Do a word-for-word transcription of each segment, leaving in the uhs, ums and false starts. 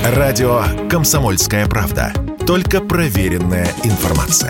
Радио «Комсомольская правда». Только проверенная информация.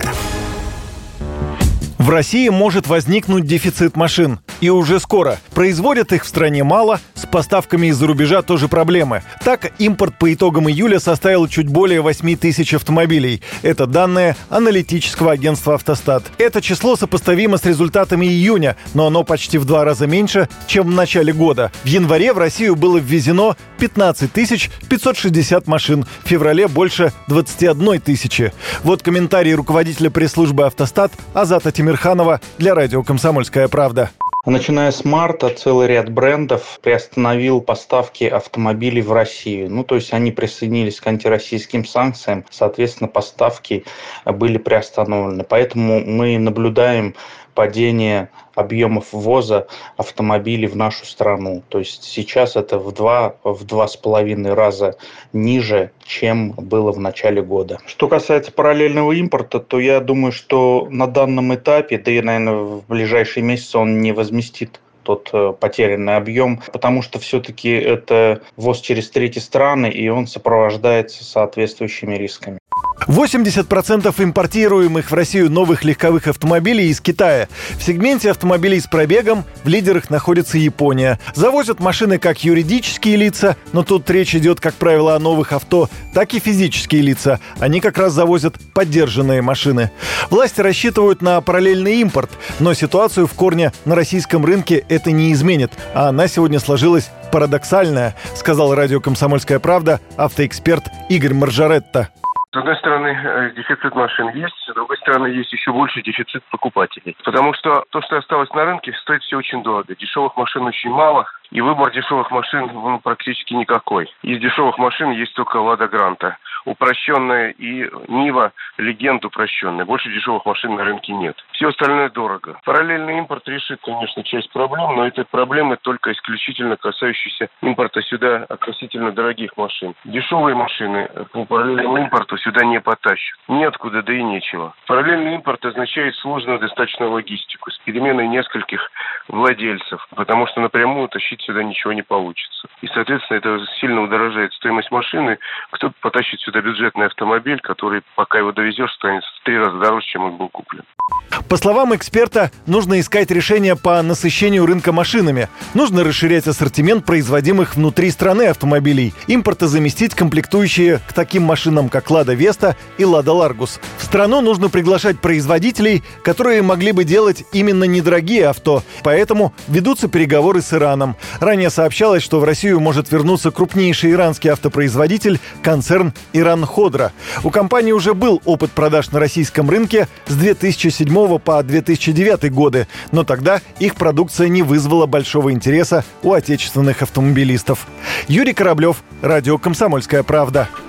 В России может возникнуть дефицит машин. И уже скоро. Производят их в стране мало, с поставками из-за рубежа тоже проблемы. Так, импорт по итогам июля составил чуть более восемь тысяч автомобилей. Это данные аналитического агентства «Автостат». Это число сопоставимо с результатами июня, но оно почти в два раза меньше, чем в начале года. В январе в Россию было ввезено пятнадцать тысяч пятьсот шестьдесят машин, в феврале больше двадцать одна тысяча. Вот комментарий руководителя пресс-службы «Автостат» Азата Тимирханова для радио «Комсомольская правда». Начиная с марта целый ряд брендов приостановил поставки автомобилей в Россию. Ну, то есть они присоединились к антироссийским санкциям, соответственно, поставки были приостановлены. Поэтому мы наблюдаем падение объемов ввоза автомобилей в нашу страну. То есть сейчас это в два, в два с половиной раза ниже, чем было в начале года. Что касается параллельного импорта, то я думаю, что на данном этапе, да и, наверное, в ближайшие месяцы он не возместит тот потерянный объем, потому что все-таки это ввоз через третьи страны, и он сопровождается соответствующими рисками. восемьдесят процентов импортируемых в Россию новых легковых автомобилей из Китая. В сегменте автомобилей с пробегом в лидерах находится Япония. Завозят машины как юридические лица, но тут речь идет, как правило, о новых авто, так и физические лица. Они как раз завозят поддержанные машины. Власти рассчитывают на параллельный импорт, но ситуацию в корне на российском рынке это не изменит. А она сегодня сложилась парадоксальная, сказал радио «Комсомольская правда» автоэксперт Игорь Маржаретта. С одной стороны, дефицит машин есть, с другой стороны, есть еще больше дефицит покупателей. Потому что то, что осталось на рынке, стоит все очень дорого. Дешевых машин очень мало, и выбор дешевых машин ну, практически никакой. Из дешевых машин есть только «Лада Гранта». Упрощенная и Нива Легенд упрощенная. Больше дешевых машин на рынке нет. Все остальное дорого. Параллельный импорт решит, конечно, часть проблем, но это проблемы только исключительно касающиеся импорта сюда относительно дорогих машин. Дешевые машины по параллельному импорту сюда не потащат. Неоткуда, да и нечего. Параллельный импорт означает сложную достаточно логистику с переменой нескольких владельцев, потому что напрямую тащить сюда ничего не получится. И, соответственно, это сильно удорожает стоимость машины. Кто-то потащит сюда бюджетный автомобиль, который, пока его довезешь, станет в три раза дороже, чем он был куплен. По словам эксперта, нужно искать решения по насыщению рынка машинами. Нужно расширять ассортимент производимых внутри страны автомобилей. Импортозаместить комплектующие к таким машинам, как «Лада Веста» и «Лада Ларгус». В страну нужно приглашать производителей, которые могли бы делать именно недорогие авто. Поэтому ведутся переговоры с Ираном. Ранее сообщалось, что в Россию может вернуться крупнейший иранский автопроизводитель – концерн «Иран Ходро». У компании уже был опыт продаж на российском рынке с две тысячи седьмого по две тысячи девятый годы, но тогда их продукция не вызвала большого интереса у отечественных автомобилистов. Юрий Кораблев, радио «Комсомольская правда».